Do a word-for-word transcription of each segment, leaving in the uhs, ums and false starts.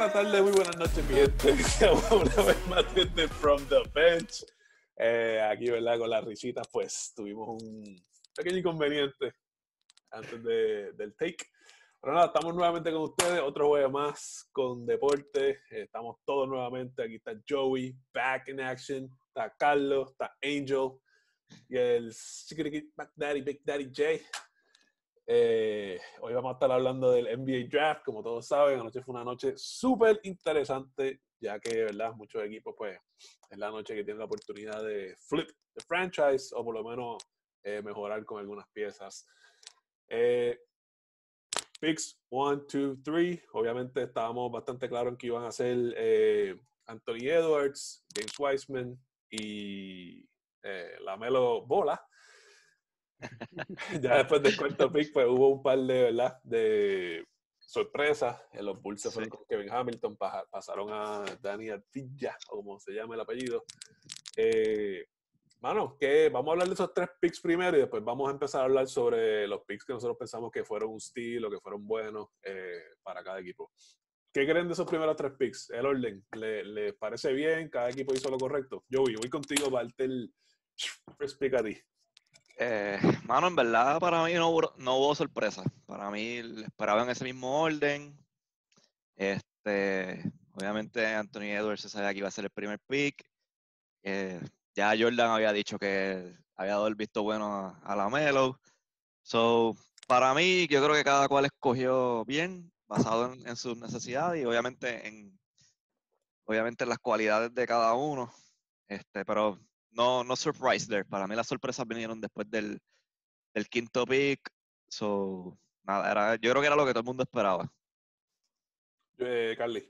buenas tardes, muy buenas noches, mi gente. Una vez más desde From the Bench. Eh, aquí, ¿verdad? Con las risitas, pues tuvimos un pequeño inconveniente antes de, del take. Pero nada, estamos nuevamente con ustedes. Otro juevo más con deporte. Eh, estamos todos nuevamente. Aquí está Joey, back in action. Está Carlos, está Angel. Y el Back Daddy, Big Daddy J. Eh, hoy vamos a estar hablando del N B A Draft. Como todos saben, anoche fue una noche súper interesante, ya que, ¿verdad? Muchos equipos, pues, es la noche que tienen la oportunidad de flip the franchise o por lo menos eh, mejorar con algunas piezas. Eh, picks one, two, three. Obviamente estábamos bastante claros en que iban a ser eh, Anthony Edwards, James Wiseman y eh, Lamelo Bola. Ya después del cuarto pick, pues hubo un par de, ¿verdad? de sorpresas. En los Bulls se fueron sí. con Kevin Hamilton, pasaron a Dani Avdija, o como se llama el apellido. Eh, mano, que vamos a hablar de esos tres picks primero y después vamos a empezar a hablar sobre los picks que nosotros pensamos que fueron un steal o que fueron buenos eh, para cada equipo. ¿Qué creen de esos primeros tres picks? El orden, ¿les le parece bien? ¿Cada equipo hizo lo correcto? Joey, voy contigo para darte el first pick a ti. Eh, mano, en verdad para mí no hubo, no hubo sorpresa. Para mí esperaba en ese mismo orden. Este, obviamente Anthony Edwards se sabía que iba a ser el primer pick. Eh, ya Jordan había dicho que había dado el visto bueno a, a Lamelo. So, para mí, yo creo que cada cual escogió bien, basado en, en sus necesidades y obviamente en, obviamente en las cualidades de cada uno. Este, pero no, no surprise there. Para mí las sorpresas vinieron después del, del quinto pick. So, nada, era, yo creo que era lo que todo el mundo esperaba. Eh, Carly.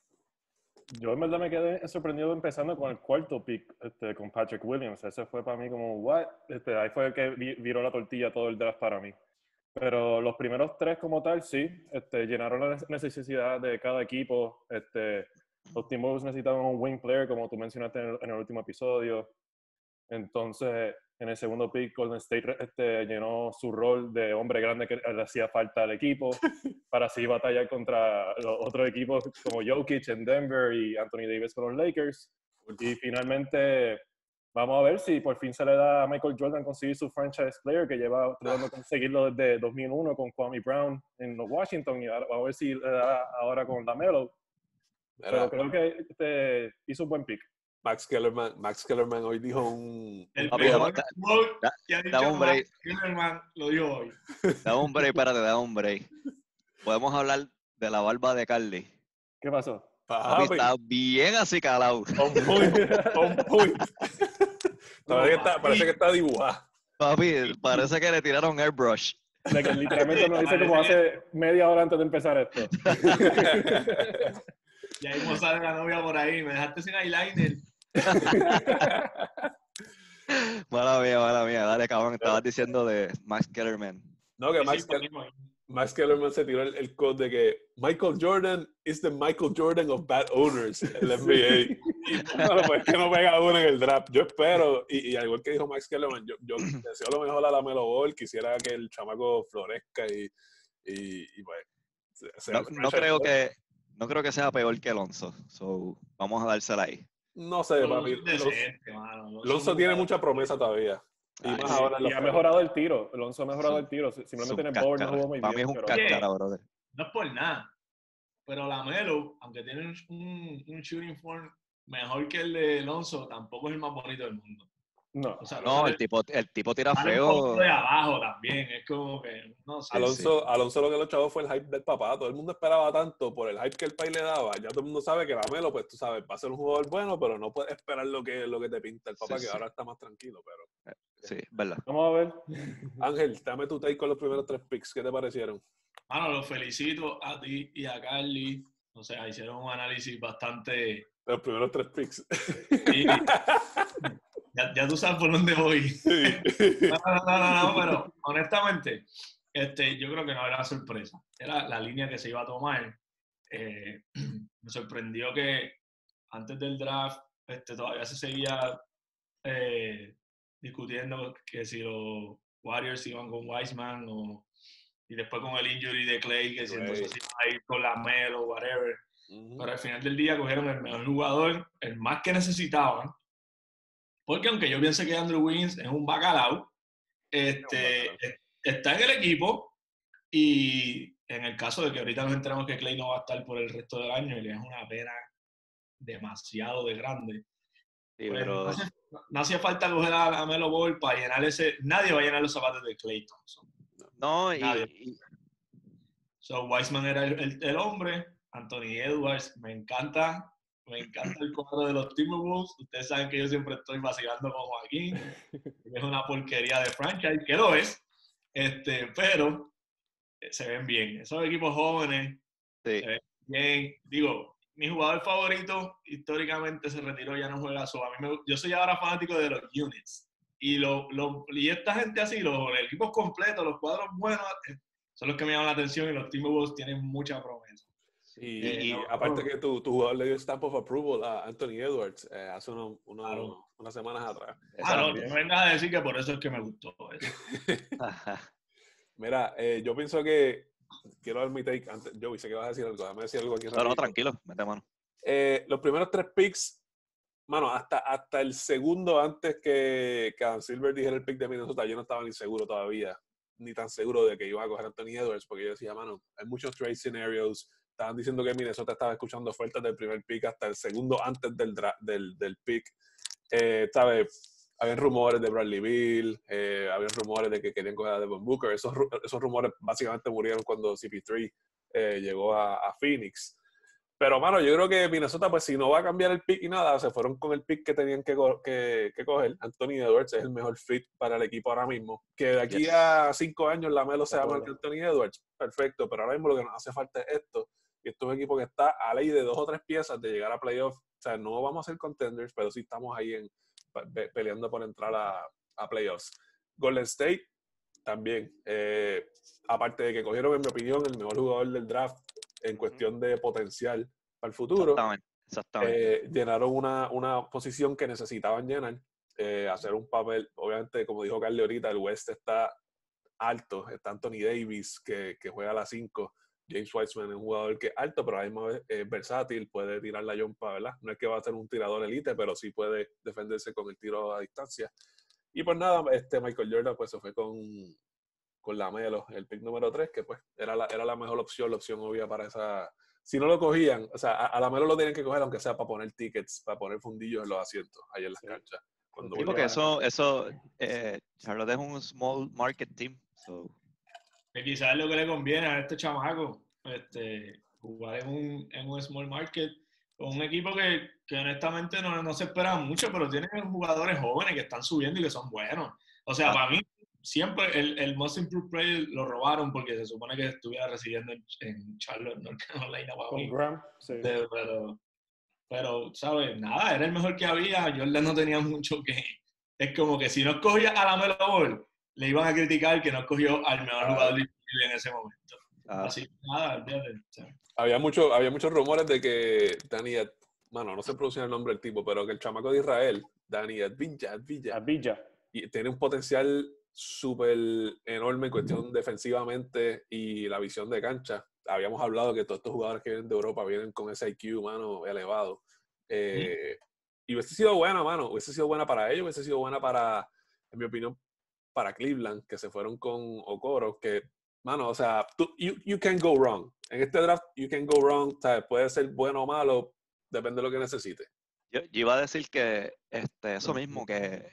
Yo en verdad me quedé sorprendido empezando con el cuarto pick, este, con Patrick Williams. Ese fue para mí como, what? Este, ahí fue el que viró la tortilla todo el draft para mí. Pero los primeros tres como tal, sí, este, llenaron la necesidad de cada equipo. Este, los Timberwolves necesitaban un wing player, como tú mencionaste en el, en el último episodio. Entonces, en el segundo pick, Golden State este, llenó su rol de hombre grande que le hacía falta al equipo para así batallar contra los otros equipos como Jokic en Denver y Anthony Davis con los Lakers. Y finalmente, vamos a ver si por fin se le da a Michael Jordan conseguir su franchise player que lleva tratando de conseguirlo desde dos mil uno con Kwame Brown en los Washington y vamos a ver si le da ahora con Lamelo. Pero creo que este, hizo un buen pick. Max Kellerman, Max Kellerman hoy dijo un... El un peor quote que ha dicho Max Kellerman lo dijo hoy. Dame un break, espérate, dame un break. Podemos hablar de la barba de Carly. ¿Qué pasó? Papi, Papi está bien así calado. On point, on point. No, está, parece que está dibujada. Papi, parece que le tiraron airbrush. De que literalmente me lo hice como hace media hora antes de empezar esto. Y ahí como sale la novia por ahí, me dejaste sin eyeliner. Mala mía, mala mía. Dale, cabrón, estabas diciendo de Max Kellerman. No, que Max, sí, Max Kellerman se tiró el, el code de que Michael Jordan is the Michael Jordan of bad owners en la N B A. Y no, pues que no pega uno en el draft. Yo espero, y, y al igual que dijo Max Kellerman, yo, yo deseo lo mejor a la Lamelo Ball, quisiera que el chamaco florezca y, y, y pues... No, no creo que... No creo que sea peor que Alonso. So, vamos a dársela ahí. No sé, papi. Alonso tiene mucha promesa todavía. Y, más sí, ahora y ha mejorado el tiro. Alonso ha mejorado sí. el tiro. Simplemente en el board no jugó muy Para bien. Para mí es un cáscara, brother. No es por nada. Pero Lamelo, aunque tiene un, un shooting form mejor que el de Alonso, tampoco es el más bonito del mundo. No, o sea, no el, tipo, el tipo tira feo. Un poco de abajo también, es como que, no sé. Alonso, sí. Alonso lo que lo chavó fue el hype del papá. Todo el mundo esperaba tanto por el hype que el país le daba. Ya todo el mundo sabe que Lamelo, pues tú sabes, va a ser un jugador bueno, pero no puedes esperar lo que, lo que te pinta el papá, sí, que sí. ahora está más tranquilo. Pero sí, verdad. Vamos a ver. Ángel, dame tu take con los primeros tres picks. ¿Qué te parecieron? Bueno, los felicito a ti y a Carly. O sea, hicieron un análisis bastante... De los primeros tres picks. Sí. Ya, ya tú sabes por dónde voy. Sí. No, no, no, no, no, pero honestamente, este, yo creo que no era sorpresa. Era la línea que se iba a tomar. Eh, me sorprendió que antes del draft este, todavía se seguía eh, discutiendo que si los Warriors iban con Wiseman o, y después con el injury de Clay, que si entonces iban a ir con Lamelo o whatever. Uh-huh. Pero al final del día cogieron el mejor jugador, el más que necesitaban. Porque aunque yo piense que Andrew Wiggins es un bacalao, este, está en el equipo y en el caso de que ahorita nos enteramos que Klay no va a estar por el resto del año, y es una pena demasiado de grande. Sí, pues, pero... no, hace, no hacía falta coger a, a Melo Ball para llenar ese... Nadie va a llenar los zapatos de Klay Thompson. No, nadie. y... So, Wiseman era el, el, el hombre. Anthony Edwards, me encanta. Me encanta el cuadro de los Timberwolves. Ustedes saben que yo siempre estoy vacilando con Joaquín. Es una porquería de franchise, que lo es. Este, pero se ven bien. Esos equipos jóvenes sí. se ven bien. Digo, mi jugador favorito históricamente se retiró, ya no juega eso. A mí me, yo soy ahora fanático de los units. Y, lo, lo, y esta gente así, los, los equipos completos, los cuadros buenos, son los que me llaman la atención y los Timberwolves tienen mucha promesa. Y, eh, y no, aparte no. que tu, tu jugador le dio stamp of approval a Anthony Edwards eh, hace uno, uno, claro. unas semanas atrás. Ah, no, no me vengas a decir que por eso es que me gustó eso. Mira, eh, yo pienso que quiero dar mi take antes. Joey, sé que vas a decir algo, déjame decir algo aquí rápido. No, no, tranquilo, mete mano. Eh, los primeros tres picks, mano, hasta, hasta el segundo antes que, que Adam Silver dijera el pick de Minnesota, yo no estaba ni seguro todavía, ni tan seguro de que iba a coger a Anthony Edwards, porque yo decía, mano, hay muchos trade scenarios. Estaban diciendo que Minnesota estaba escuchando ofertas del primer pick hasta el segundo antes del, del, del pick. Eh, ¿sabes? Habían rumores de Bradley Beal, eh, habían rumores de que querían coger a Devin Booker. Esos, esos rumores básicamente murieron cuando C P tres eh, llegó a, a Phoenix. Pero, mano, yo creo que Minnesota, pues si no va a cambiar el pick y nada, se fueron con el pick que tenían que, que, que coger. Anthony Edwards es el mejor fit para el equipo ahora mismo. Que de aquí yes. a cinco años la Melo sea más que Anthony Edwards, perfecto. Pero ahora mismo lo que nos hace falta es esto. Y esto es un equipo que está a ley de dos o tres piezas de llegar a playoff. O sea, no vamos a ser contenders, pero sí estamos ahí en, pe peleando por entrar a, a playoffs. Golden State, también. Eh, aparte de que cogieron, en mi opinión, el mejor jugador del draft en cuestión de potencial para el futuro. Exactamente. Exactamente. Eh, llenaron una, una posición que necesitaban llenar. Eh, hacer un papel, obviamente, como dijo Carly ahorita, el West está alto. Está Anthony Davis, que, que juega a las cinco. James Wiseman es un jugador que es alto, pero a la misma vez es versátil, puede tirar la jumpa, ¿verdad? No es que va a ser un tirador elite, pero sí puede defenderse con el tiro a distancia. Y pues nada, este Michael Jordan pues se fue con, con la Melo, el pick número tres, que pues era la, era la mejor opción, la opción obvia para esa... Si no lo cogían, o sea, a, a la Melo lo tienen que coger aunque sea para poner tickets, para poner fundillos en los asientos, ahí en las sí. canchas. Cuando sí, porque eso, eso eh, Charlotte es un small market team, so... Que quizás es lo que le conviene a este chamaco, este, jugar en un, en un small market con un equipo que, que honestamente no, no se espera mucho, pero tienen jugadores jóvenes que están subiendo y que son buenos. O sea, ah. para mí, siempre el, el Most Improved Player lo robaron porque se supone que estuviera residiendo en, en Charlotte, North Carolina. Con Graham, sí. Pero, pero, pero, ¿sabes? Nada, era el mejor que había. Jordan no tenía mucho que... Es como que si no escogía a la Melo Ball, le iban a criticar que no escogió al mejor ah. jugador disponible en ese momento. Ah. Así que nada, olvídate. Había, mucho, había muchos rumores de que Dani, bueno, no sé pronunciar el nombre del tipo, pero que el chamaco de Israel, Dani Advilla, Advilla, Advilla. Y tiene un potencial súper enorme en cuestión defensivamente y la visión de cancha. Habíamos hablado que todos estos jugadores que vienen de Europa vienen con ese I Q, mano, elevado. Eh, ¿Mm? Y hubiese sido buena, mano, hubiese sido buena para ellos, hubiese sido buena para, en mi opinión, para Cleveland, que se fueron con Okoro, que, mano, o sea, tú, you, you can go wrong. En este draft, you can go wrong, o sea, puede ser bueno o malo, depende de lo que necesite. Yo, yo iba a decir que este, eso mismo, que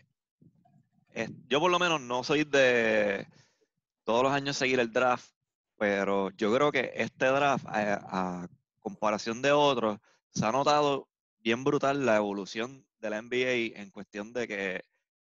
es, yo por lo menos no soy de todos los años seguir el draft, pero yo creo que este draft, a, a comparación de otros, se ha notado bien brutal la evolución de la N B A en cuestión de que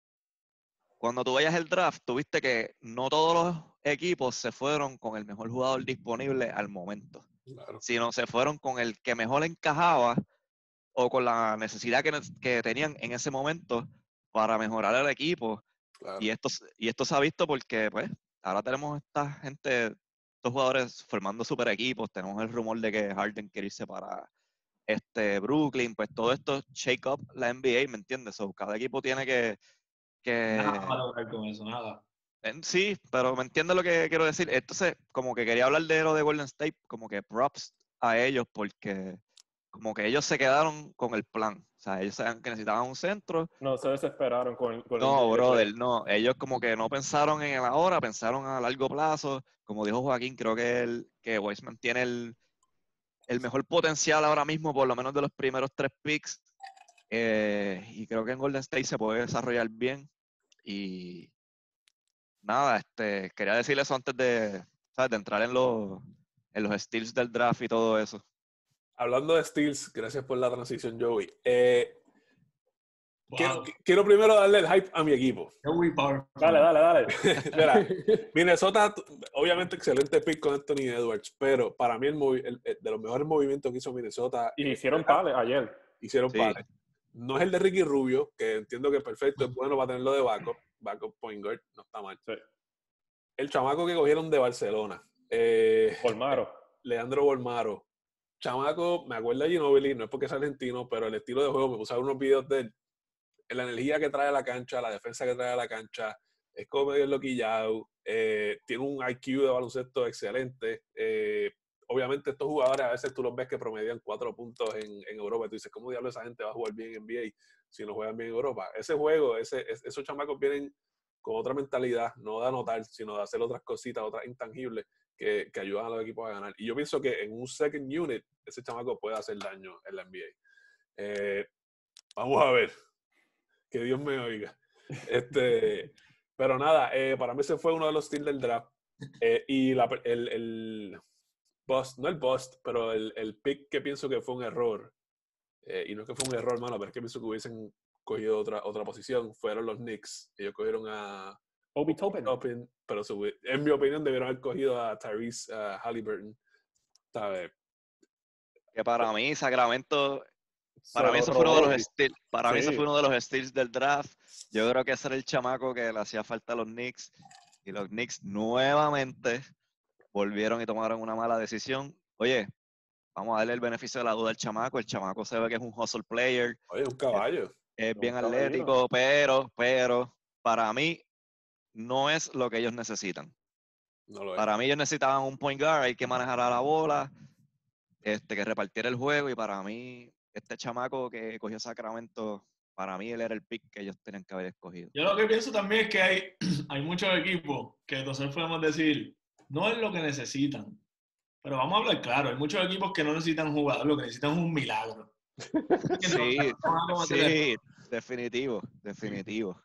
cuando tú vayas el draft, tuviste que no todos los equipos se fueron con el mejor jugador disponible al momento, claro. sino se fueron con el que mejor encajaba o con la necesidad que, que tenían en ese momento para mejorar el equipo. Claro. Y, esto, y esto se ha visto porque pues ahora tenemos esta gente, estos jugadores formando super equipos, tenemos el rumor de que Harden quiere irse para este Brooklyn, pues todo esto shake up la N B A, ¿me entiendes? So, cada equipo tiene que... que... Nada para lograr con eso, nada. Sí, pero ¿me entiendes lo que quiero decir? Entonces, como que quería hablar de lo de Golden State, como que props a ellos porque como que ellos se quedaron con el plan. O sea, ellos sabían que necesitaban un centro. No, se desesperaron con el... Con No, el brother, no. Ellos como que no pensaron en el ahora, pensaron a largo plazo. Como dijo Joaquín, creo que, el, que Wiseman tiene el, el mejor potencial ahora mismo, por lo menos de los primeros tres picks. Eh, y creo que en Golden State se puede desarrollar bien. Y nada, este, quería decirles eso antes de, ¿sabes? de entrar en los, en los steals del draft y todo eso. Hablando de steals, gracias por la transición, Joey. Eh, Wow. quiero, quiero primero darle el hype a mi equipo. Joey Power. Dale, dale, dale. Mira, Minnesota, obviamente excelente pick con Anthony Edwards, pero para mí el, movi- el- el de los mejores movimientos que hizo Minnesota... Y hicieron pales ayer. Hicieron Sí. pales. No es el de Ricky Rubio, que entiendo que es perfecto, es bueno para tenerlo de backup, backup point guard, no está mal. Sí. El chamaco que cogieron de Barcelona, eh, Bolmaro. Leandro Bolmaro. Chamaco, me acuerdo de Ginóbili, no es porque es argentino, pero el estilo de juego, me puse a ver unos videos de él. La energía que trae a la cancha, la defensa que trae a la cancha, es como medio loquillado, eh, tiene un I Q de baloncesto excelente. Eh, obviamente estos jugadores a veces tú los ves que promedian cuatro puntos en, en Europa. Y tú dices, ¿cómo diablos esa gente va a jugar bien en N B A si no juegan bien en Europa? Ese juego, ese, es, esos chamacos vienen con otra mentalidad, no de anotar, sino de hacer otras cositas, otras intangibles que, que ayudan a los equipos a ganar. Y yo pienso que en un second unit, ese chamaco puede hacer daño en la N B A. Eh, vamos a ver. Que Dios me oiga. Este, pero nada, eh, para mí ese fue uno de los steals del draft. Eh, y la, el, el bust, no el bust, pero el, el pick que pienso que fue un error. Eh, y no es que fue un error, mano, pero es que pienso que hubiesen cogido otra, otra posición. Fueron los Knicks. Ellos cogieron a Obi Toppin. Toppin, pero su, en mi opinión debieron haber cogido a Tyrese uh, Halliburton. ¿Sabes? Que para mí, Sacramento, para mí eso fue uno de los steals, para mí Sí. eso fue uno de los steals del draft. Yo creo que ese era el chamaco que le hacía falta a los Knicks. Y los Knicks nuevamente volvieron y tomaron una mala decisión. Oye, vamos a darle el beneficio de la duda al chamaco. El chamaco se ve que es un hustle player. Oye, un caballo. Es Un bien caballero. atlético, pero, pero, para mí, no es lo que ellos necesitan. No lo es. Para mí ellos necesitaban un point guard, hay que manejar a la bola, este, que repartiera el juego, y para mí, este chamaco que cogió Sacramento, para mí él era el pick que ellos tenían que haber escogido. Yo lo que pienso también es que hay, hay muchos equipos que nosotros podemos decir, no es lo que necesitan. Pero vamos a hablar claro, hay muchos equipos que no necesitan un jugador, lo que necesitan es un milagro. Sí, Entonces, vamos a tener- sí, definitivo, definitivo.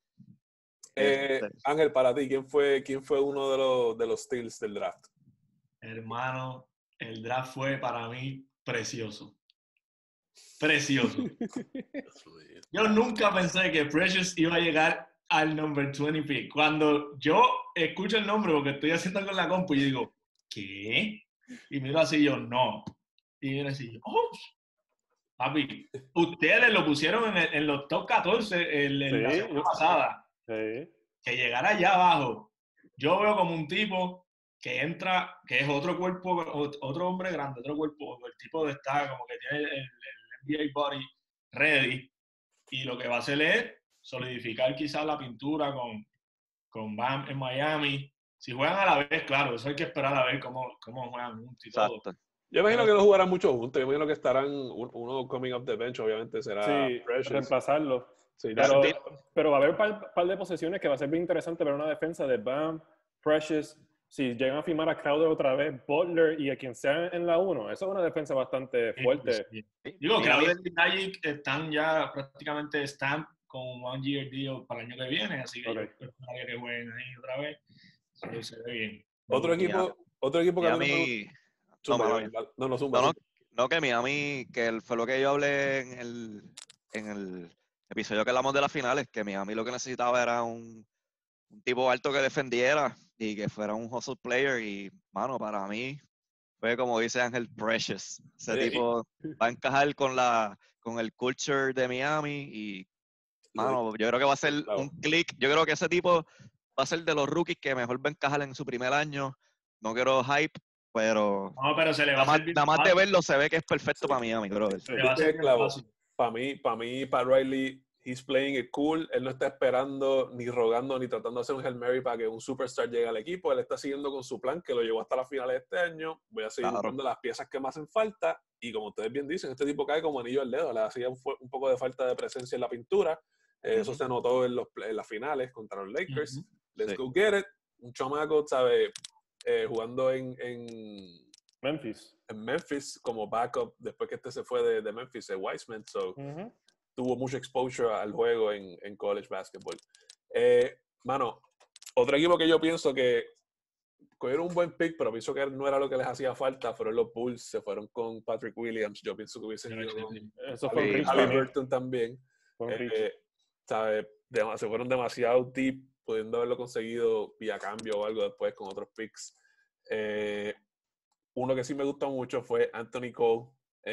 Eh, Este, Ángel, para ti, ¿quién fue, quién fue uno de los, de los steals del draft? Hermano, el draft fue para mí precioso. Precioso. Yo nunca pensé que Precious iba a llegar al number veinte pick. Cuando yo escucho el nombre, porque estoy haciendo algo en la compu, y yo digo, ¿qué? Y miro así yo, no. Y miro así, oh, papi, ustedes lo pusieron en, el- en los top catorce en, en la Sí, semana yo- pasada. Sí. Que llegara allá abajo, yo veo como un tipo que entra, que es otro cuerpo, otro hombre grande, otro cuerpo, el tipo de está como que tiene el, el N B A body ready, y lo que va a hacer es solidificar quizás la pintura con, con Bam en Miami. Si juegan a la vez, claro, eso hay que esperar a ver cómo, cómo juegan juntos y todo. exacto. Yo imagino que no jugarán mucho juntos. Yo imagino que estarán un- uno coming up the bench, obviamente será Sí, Precious. reemplazarlo. Sí, Pero, Sí. pero va a haber un par, par de posesiones que va a ser bien interesante ver una defensa de Bam, Precious. Si llegan a firmar a Crowder otra vez, Butler y a quien sea en la uno, eso es una defensa bastante fuerte. Sí. Digo, Y- Crowder y Dragic están ya prácticamente stamp con un one year deal para el año que viene, así que Ok. yo esperaría que jueguen ahí otra vez. Sí, se ve bien. Otro equipo, otro equipo que a mí no me Miami, gusta- no, Zumba, mala Joel, mía. no, no, zumba, No, no, zumba. no, que Miami, que el- fue lo que yo hablé en el, en el episodio que hablamos de las finales, que Miami lo que necesitaba era un, un tipo alto que defendiera y que fuera un hustle player, y, mano, para mí fue como dice Ángel, Precious. Ese Oye, y- tipo va a encajar con, la, con el culture de Miami y, mano, yo creo que va a ser Claro. un click. Yo creo que ese tipo va a ser de los rookies que mejor va a encajar en su primer año. No quiero hype, pero No, pero se le va nada a más, hacer bien nada más de fácil. verlo se ve que es perfecto Sí. para Miami, brother. Se le va a Diste hacer el bien clavo. fácil. Para mí, para mí, para Riley, he's playing it cool. Él no está esperando, ni rogando, ni tratando de hacer un Hail Mary para que un superstar llegue al equipo. Él está siguiendo con su plan, que lo llevó hasta las finales de este año. Voy a seguir Claro. buscando las piezas que me hacen falta. Y como ustedes bien dicen, este tipo cae como anillo al dedo. Le hacía un, un poco de falta de presencia en la pintura. Eh, Uh-huh. Eso se notó en, los, en las finales contra los Lakers. Uh-huh. Let's Sí. go get it. Un chamaco, ¿sabe? Eh, jugando en, en, Memphis. en Memphis como backup después que este se fue de, de Memphis, de Wiseman. So, Uh-huh. tuvo mucho exposure al juego en, en college basketball. Eh, mano, otro equipo que yo pienso que cogieron un buen pick, pero pienso que no era lo que les hacía falta, fueron los Bulls. Se fueron con Patrick Williams. Yo pienso que hubiesen ido con Eso fue un Sí, reach también. también. Halliburton también. Fue un reach. Eh, ¿sabe? Dem- se fueron demasiado deep, pudiendo haberlo conseguido vía cambio o algo después con otros picks. Eh, uno que sí me gustó mucho fue Anthony Cole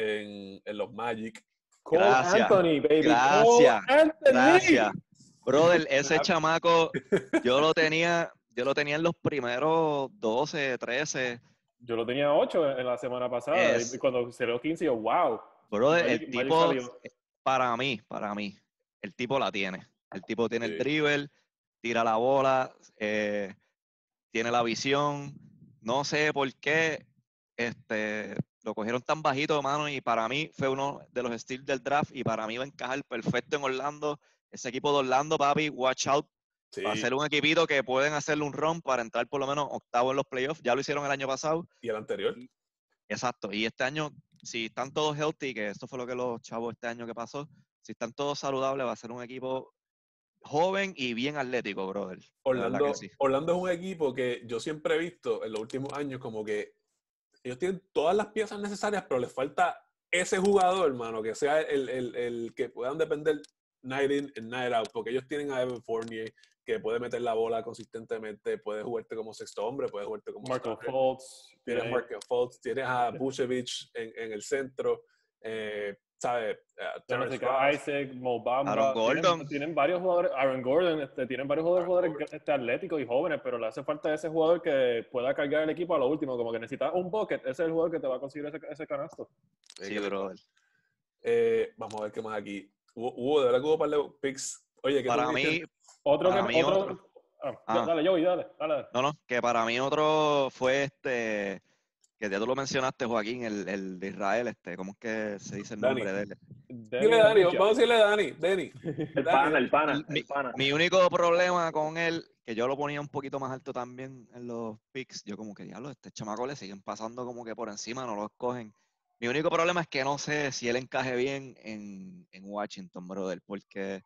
en, en los Magic. Cole Gracias. Anthony, baby. Gracias. Cole Anthony. Gracias. Brother, ese chamaco, yo lo tenía, yo lo tenía en los primeros doce, trece. Yo lo tenía ocho en la semana pasada. Es- Y cuando salió quince, yo, wow. Brother, Magic- el Magic tipo, salió. para mí, para mí, el tipo la tiene. El tipo tiene Sí. el dribble, tira la bola, eh, tiene la visión. No sé por qué este, lo cogieron tan bajito, mano, y para mí fue uno de los steals del draft y para mí va a encajar perfecto en Orlando. Ese equipo de Orlando, papi, watch out. Sí, Va a ser un equipito que pueden hacerle un run para entrar por lo menos octavo en los playoffs. Ya lo hicieron el año pasado. y el anterior. Exacto. Y este año, si están todos healthy, que esto fue lo que los chavos este año que pasó, si están todos saludables, va a ser un equipo joven y bien atlético, brother. De verdad Orlando, que sí. Orlando es un equipo que yo siempre he visto en los últimos años como que ellos tienen todas las piezas necesarias, pero les falta ese jugador, hermano, que sea el, el, el que puedan depender night in and night out, porque ellos tienen a Evan Fournier, que puede meter la bola consistentemente, puede jugarte como sexto hombre, puede jugarte como Marco starter. Fultz. Tienes a tiene- Markel Fultz, tienes a Vucevic en, en el centro, eh, ¿sabes? Uh, Terrence Jessica Ross. Isaac, Mo Bamba. Aaron Gordon. Tienen, tienen varios jugadores. Aaron Gordon. Este, tienen varios jugadores, Aaron jugadores este, atléticos y jóvenes, pero le hace falta ese jugador que pueda cargar el equipo a lo último. Como que necesita un bucket. Ese es el jugador que te va a conseguir ese, ese canasto. Eh, Sí, que- brother. eh, vamos a ver qué más aquí. Hubo, hubo de verdad que hubo un par de picks. Oye, ¿qué tú Para me mí, dices? Otro Para que. mí otro, otro. Ah, Ah. Dale, Joey, dale, dale. dale. no, no, que para mí otro fue este, que ya tú lo mencionaste, Joaquín, el, el de Israel, este, ¿cómo es que se dice el Dani. nombre de él? Danny Dile Dani, Avdija. vamos a decirle Dani, Dani. El pana, el pana, Mi, el pana. mi único problema con él, que yo lo ponía un poquito más alto también en los picks, yo como que, diablo, este chamaco le siguen pasando como que por encima, no lo escogen. Mi único problema es que no sé si él encaje bien en, en Washington, brother, porque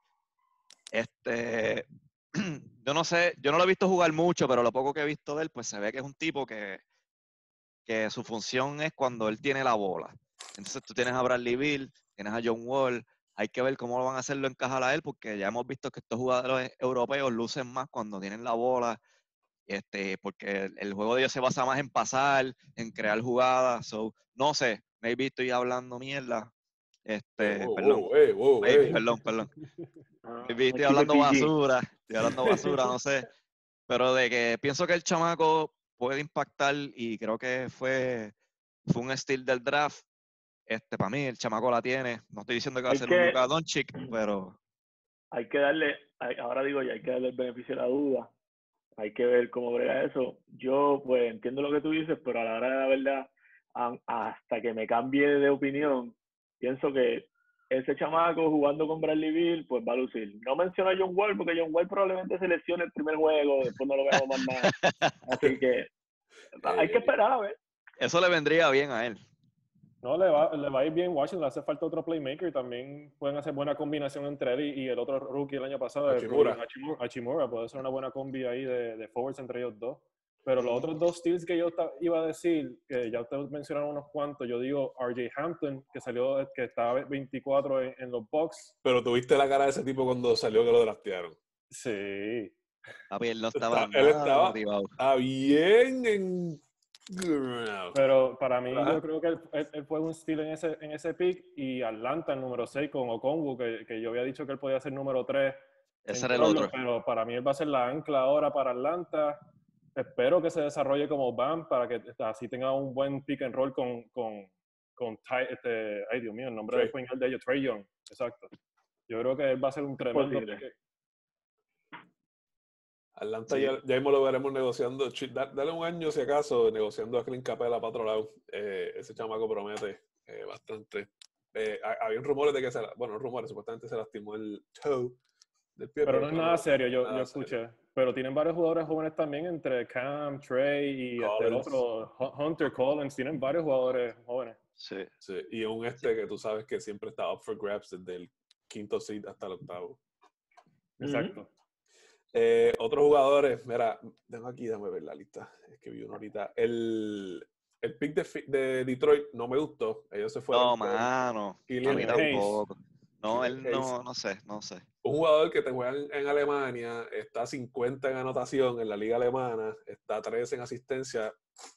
este, yo no sé, yo no lo he visto jugar mucho, pero lo poco que he visto de él, pues se ve que es un tipo que, que su función es cuando él tiene la bola. Entonces tú tienes a Bradley Beal, tienes a John Wall, hay que ver cómo lo van a hacerlo encajar a él, porque ya hemos visto que estos jugadores europeos lucen más cuando tienen la bola, este, porque el, el juego de ellos se basa más en pasar, en crear jugadas. So, no sé, maybe estoy hablando mierda. Este, Eh, wow, perdón, wow, eh, wow, maybe, eh. perdón, perdón. Ah, Maybe estoy keep it hablando P G. basura, estoy hablando basura, no sé. Pero de que pienso que el chamaco puede impactar y creo que fue, fue un steal del draft. Este, para mí, el chamaco la tiene. No estoy diciendo que va a Hay ser que- un Luka Doncic, pero Hay que darle, hay- ahora digo ya, hay que darle el beneficio de la duda. Hay que ver cómo brega eso. Yo, pues, entiendo lo que tú dices, pero a la hora de la verdad, a- hasta que me cambie de opinión, pienso que ese chamaco jugando con Bradley Beal, pues va a lucir. No menciono a John Wall, porque John Wall probablemente se lesione el primer juego, después no lo veamos más nada. Así que hay que esperar a ver. eso le vendría bien a él. No, le va, le va a ir bien Washington, le hace falta otro playmaker. También pueden hacer buena combinación entre él y, y el otro rookie el año pasado, el Hachimura. Rubin Hachimura. Hachimura. Puede ser una buena combi ahí de, de forwards entre ellos dos. Pero los otros dos steals que yo ta- iba a decir, que ya ustedes mencionaron unos cuantos, yo digo R J Hampton, que salió, que estaba veinticuatro en, en los Bucks. Pero tuviste la cara de ese tipo cuando salió que lo draftearon. Sí. Papi, él no estaba Está- él nada estaba- motivado. Está bien en... Pero para mí, Ajá. yo creo que él, él- él fue un steal en ese, en ese pick. Y Atlanta, el número seis, con Okongwu, que, que yo había dicho que él podía ser número tres. Ese en era el Charlotte, otro. Pero para mí él va a ser la ancla ahora para Atlanta. Espero que se desarrolle como Bam para que así tenga un buen pick and roll con, con, con Ty- este, ay Dios mío, el nombre Trae. de español de ellos, Trae Young. Exacto. Yo creo que él va a ser un tremendo Posible. pique. Atlanta Sí. ya, ya mismo lo veremos negociando. Chi- da- Dale un año, si acaso, negociando a Clint Capela para otro lado. Eh, ese chamaco promete eh, bastante. Eh, ha- había rumores de que se la- bueno, rumores, supuestamente se lastimó el toe del pie. Pero no es nada serio, yo, nada yo serio. escuché. Pero tienen varios jugadores jóvenes también, entre Cam, Trey y este, el Collins. otro, Hu- Hunter Collins. Tienen varios jugadores jóvenes. Sí. Sí, y un este que tú sabes que siempre está up for grabs desde el quinto seed hasta el octavo. Exacto. Eh, otros jugadores, mira, tengo aquí, déjame ver la lista. Es que vi uno ahorita. El, el pick de, Fi- de Detroit no me gustó. Ellos se fueron. No, con mano. A Killian mí Hayes. tampoco. No, Killian él Hayes. no, no sé, no sé. Un jugador que te juega en, en Alemania, está a cincuenta en anotación en la liga alemana, está a trece en asistencia.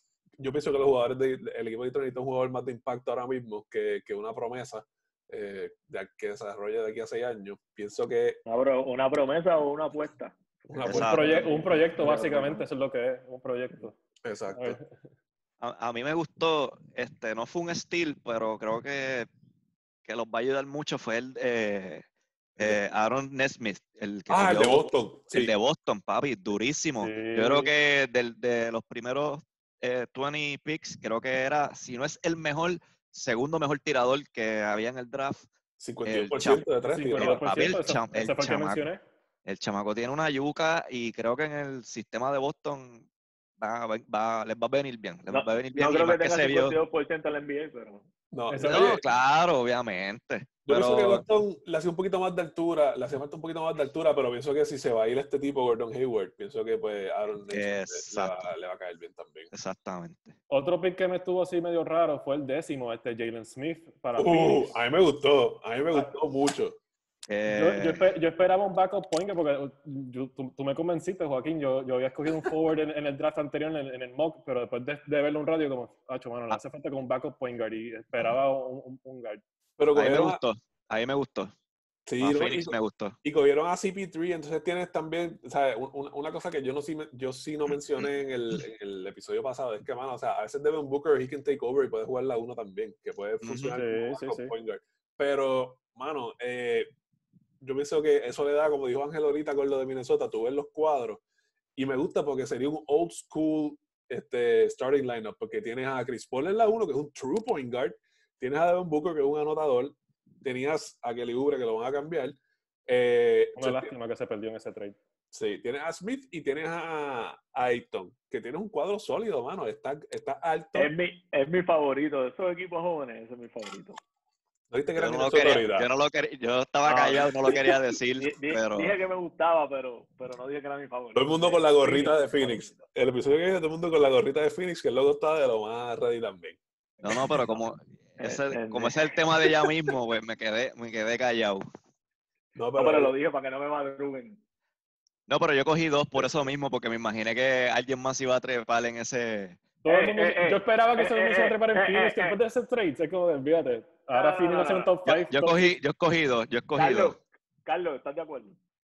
Yo pienso que los jugadores del de, equipo de Detroit necesitan un jugador más de impacto ahora mismo que, que una promesa eh, de, que desarrolla de aquí a seis años. Pienso que Una, pro- una promesa o una apuesta. una Un, Exacto. proye- un proyecto, Sería básicamente, otra eso es lo que es, un proyecto. exacto. A, a mí me gustó, este, no fue un steal, pero creo que, que los va a ayudar mucho fue el eh, eh, Aaron Nesmith, el que Ah, el de cogió- Boston. el Sí. de Boston, papi, durísimo. Sí. Yo creo que del, de los primeros eh, veinte picks, creo que era, si no es el mejor, segundo mejor tirador que había en el draft. cincuenta y dos por el cham- ciento de tres cincuenta y dos tiradas. por Papi, el ciento, ese, cham- ese el fue el que chamaco. mencioné. El chamaco tiene una yuca y creo que en el sistema de Boston va, va- va- les va a venir bien. Les No, va a venir bien no y creo más que que tenga se vio. cincuenta y dos por ciento en la N B A, pero... No, Eso- oye, No, claro, obviamente. yo pienso que Pero Boston le hace un poquito más de altura, le hace falta un poquito más de altura, pero pienso que si se va a ir este tipo, Gordon Hayward, pienso que pues Aaron Nesmith le, Exacto. va, le va a caer bien también. exactamente. Otro pick que me estuvo así medio raro fue el décimo, este Jalen Smith para Uh, Phoenix. a mí me gustó, a mí me gustó mucho. Yo, Eh, yo, espe- yo esperaba un backup point guard porque yo- tú, tú me convenciste, Joaquín. Yo, yo había escogido un forward en, en el draft anterior, en, en el mock, pero después de, de verlo un radio, como, acho, mano, le hace falta como un backup point guard y esperaba un, un, un guard. Pero a mí me cogieron a, gustó. A mí me gustó. sí, A ¿no? Phoenix y, me gustó. y cogieron a C P tres, entonces tienes también, ¿sabes? Un- un- una cosa que yo no sí, me- yo sí no mencioné en el, en el episodio pasado, es que, mano, o sea, a veces Devin Booker, he can take over y puede jugar la uno también, que puede Ujú. funcionar Sí, como sí, backup sí. point guard. Pero, mano, eh, yo pienso que eso le da, como dijo Ángel ahorita con lo de Minnesota, tú ves los cuadros, y me gusta porque sería un old school este, starting lineup, porque tienes a Chris Paul en la uno, que es un true point guard, tienes a Devin Booker, que es un anotador, tenías a Kelly Oubre, que lo van a cambiar. Eh, Una lástima que se perdió en ese trade. Sí, tienes a Smith y tienes a, a Ayton, que tienes un cuadro sólido, mano. Está, está alto. Es mi, es mi favorito. De esos equipos jóvenes, ese es mi favorito. ¿No viste que era Yo no lo Minnesota quería, ahorita? yo no lo quería, yo estaba Ah. callado, no lo quería decir, Di- di- pero Dije que me gustaba, pero, pero no dije que era mi favorito. Todo el mundo con la gorrita de Phoenix. favorito. El episodio que viene, todo el mundo con la gorrita de Phoenix, que el logo está de lo más ready también. no, no, pero como Eh, ese, eh, como ese es el tema de ella mismo, pues me quedé, me quedé callado. No, No, pero, pero lo dije para que no me madruguen. No, pero yo cogí dos por eso mismo, porque me imaginé que alguien más iba a trepar en ese. Todo el Eh, mundo, eh, eh, yo esperaba que eh, todo el mundo se eh, iba a trepar en eh, Phoenix eh, después de ese trade. Es como, olvídate. Ahora No, no, Phoenix va a ser no, un top Yo, cinco. yo cogí, yo escogí dos, yo escogí Carlos, dos. Carlos, ¿estás de acuerdo?